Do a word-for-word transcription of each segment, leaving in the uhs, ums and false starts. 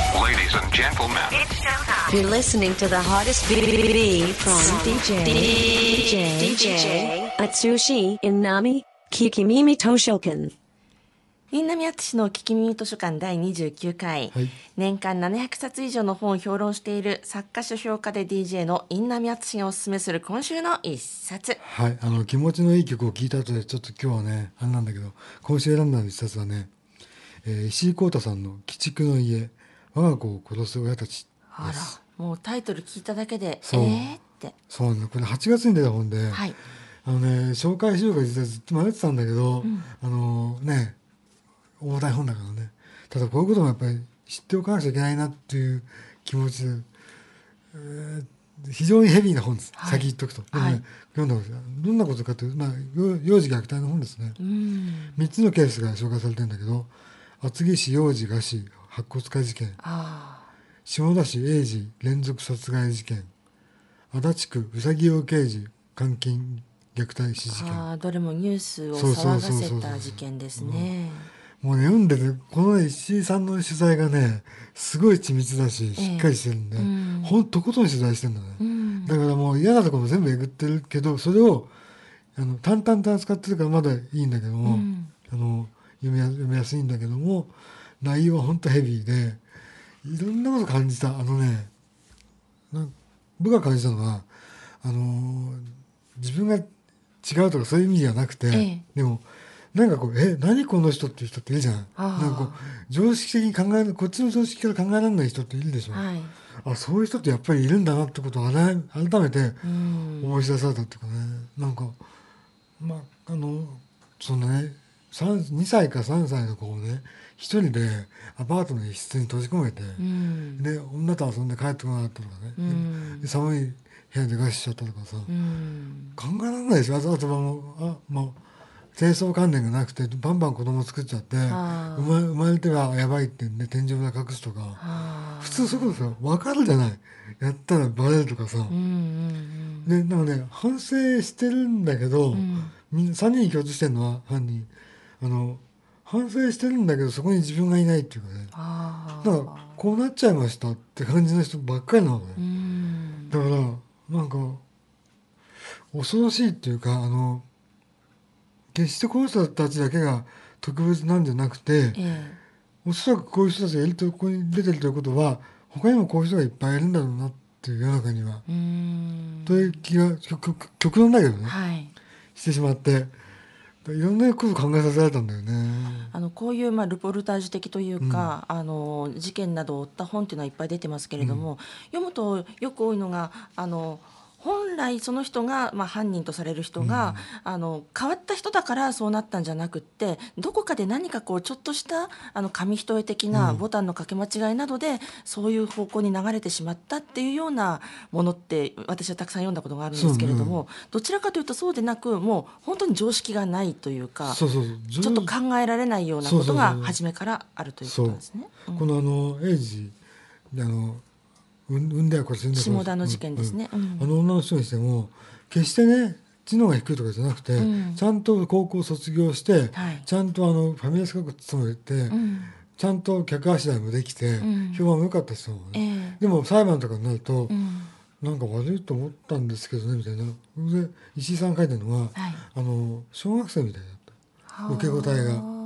Ladies and gentlemen, You're listening to the hottest B from DJ DJ DJ Atsushi Inami Kikimimi Toshokan。 印南敦の聞き耳図書館だいにじゅうきゅうかい、 はい、 年間ななひゃくさつ以上の本を評論している作家書評家で ディージェー の印南敦がおすすめする今週の一冊。 はい、あの気持ちのいい曲を聴いた後でちょっと今日はねあれなんだけど、今週選んだ一冊はね、えー、石井光太さんの「鬼畜の家我が子を殺す親たち」です。 あら、もうタイトル聞いただけでそうえーってそうね、これはちがつに出た本で、 はい、 あのね紹介しようか実はずっと迷ってたんだけど、 うん、 あのね大台本だからね、ただこういうこともやっぱり知っておかなくちゃいけないなっていう気持ちで、えー、非常にヘビーな本です、はい、先言っとくと。でもね、はい、読んだことどんなことかというと、まあ、幼児虐待の本ですね。 うんみっつのケースが紹介されてるんだけど、厚木市幼児餓死白骨化事件、 あ下田市栄治連続殺害事件、足立区うさぎ用刑事監禁虐待死事件。 あ、どれもニュースを騒がせた事件ですね。 もうね読んでてこの、ね、石井さんの取材がねすごい緻密だししっかりしてるんで、ええ、うん、ほんとことん取材してるんだね、うん、だからもう嫌なところも全部えぐってるけど、それをあの淡々と扱ってるからまだいいんだけども、うん、あの読みや、読みやすいんだけども、内容はほんとヘビーでいろんなこと感じた。あのね僕が感じたのはあの自分が違うとかそういう意味ではなくて、ええ、でもなんかこうえ何この人っていう人っているじゃん。なんかこう常識的に考えこっちの常識から考えられない人っているでしょ、はい、あそういう人ってやっぱりいるんだなってことを改めて思い出されたっていうかね、なんかまああのそのねにさいかさんさいの子をね一人でアパートの一室に閉じ込めて、うん、で女と遊んで帰ってこなかったとかね、うん、で寒い部屋で餓死しちゃったとかさ、うん、考えられないでしょ。あとあともうあもう清掃関連がなくてバンバン子供作っちゃって生ま, 生まれてはやばいって言うんで天井裏隠すとか、普通そういうことさ分かるじゃない、やったらバレるとかさ、うんうんうん、でなんかね反省してるんだけど、うん、みんなさんにんに共通してるのは犯人あの反省してるんだけどそこに自分がいないっていうかね、だからこうなっちゃいましたって感じの人ばっかりなのね、うん、だからなんか恐ろしいっていうか、あの決してこの人たちだけが特別なんじゃなくて、ええ、おそらくこういう人たちがいるとここに出てるということは他にもこういう人がいっぱいいるんだろうなっていう世の中にはうーんという気が極論だけどね、はい、してしまって、いろんなこと考えさせられたんだよね。 あのこういう、まあ、ルポルタージュ的というか、うん、あの事件などを追った本っていうのはいっぱい出てますけれども、うん、読むとよく多いのがあの本来その人が、まあ、犯人とされる人が、うん、あの変わった人だからそうなったんじゃなくって、どこかで何かこうちょっとしたあの紙一重的なボタンの掛け間違いなどで、うん、そういう方向に流れてしまったっていうようなものって私はたくさん読んだことがあるんですけれども、ね、どちらかというとそうでなくもう本当に常識がないというか、 そうそうちょっと考えられないようなことが初めからあるということですね。 そうそうそう、うん、このあのエイジあの産んではこれ死んで下田の事件ですね、 うんうん、あの女の人にしても決してね知能が低いとかじゃなくて、うん、ちゃんと高校卒業して、はい、ちゃんとあのファミレス学校勤めて、うん、ちゃんと客足台もできて、うん、評判も良かった人もね、えー、でも裁判とかになると、うん、なんか悪いと思ったんですけどねみたいなで石井さんが書いてるのは、はい、あの小学生みたいだった受け答えが。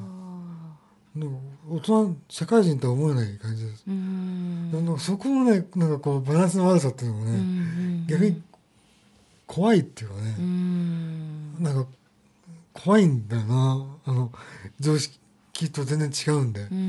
大人社会人とは思えない感じです。うんなんかそこのねなんかこうバランスの悪さっていうのもね、うんうんうん、逆に怖いっていうかね、うんなんか怖いんだよな、あの常識と全然違うんで、うんうんうんうん、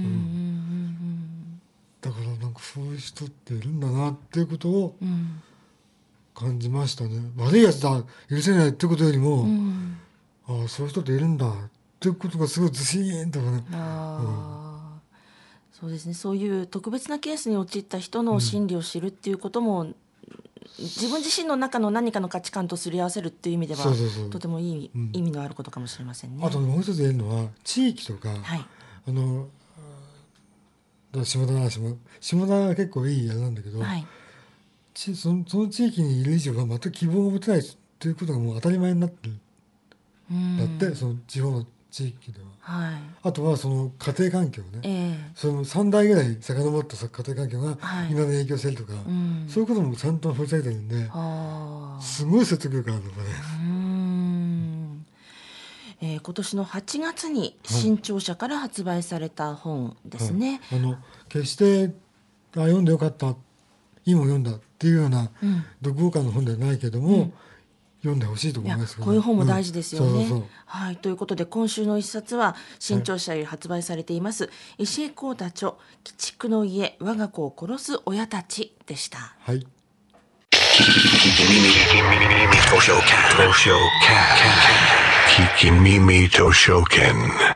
だからなんかそういう人っているんだなっていうことを感じましたね。悪いやつだ許せないってことよりも、うん、ああそういう人っているんだっていうことがすごいずしーんとかね。あそうですね、そういう特別なケースに陥った人の心理を知るっていうことも、うん、自分自身の中の何かの価値観とすり合わせるっていう意味ではそうそうそうとてもいい、うん、意味のあることかもしれませんね。 あともう一つ言えるのは地域とか、はい、あの下田の話も下田は結構いいやなんだけど、はい、その、その地域にいる以上は全く希望を持てないということがもう当たり前になってる、うん、だってその地方の地域では。 はい、 あとはその家庭環境ね、 ええ、 そのさん代ぐらい遡った家庭環境がはい稲に影響してるとか、 うん、 そういうこともちゃんと掘り下げてるんで、 はあ、 すごい説得力あるのがね。 うーん、えー、今年のはちがつに新潮社から発売された本ですね。 はい、あの決してあ読んでよかったいいもん読んだっていうような読後感の本ではないけども、うん、読んでほしいと思いますけど、ね、 こういう本も大事ですよね。 うん、そうそうそう、 はい、ということで今週の一冊は新潮社より発売されています、はい、石井光太著鬼畜の家我が子を殺す親たちでした。 はい。 Kikimimi Toshoken.